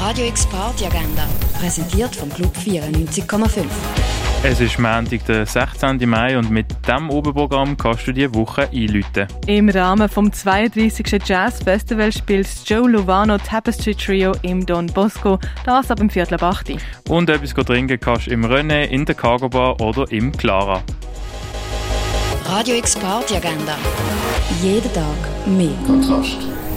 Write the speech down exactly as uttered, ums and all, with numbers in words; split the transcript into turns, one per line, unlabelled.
Radio X Party Agenda, präsentiert vom Club vierundneunzig Komma fünf.
Es ist Montag, der sechzehnten Mai und mit diesem Oberprogramm kannst du diese Woche einläuten.
Im Rahmen des zweiunddreißigsten Jazz Festival spielt Joe Lovano Tapestry Trio im Don Bosco, das ab dem Viertel ab acht.
Und etwas trinken kannst du im René, in der Cargo Bar oder im Clara.
Radio X Party Agenda. Jeden Tag mehr.
Kontrast.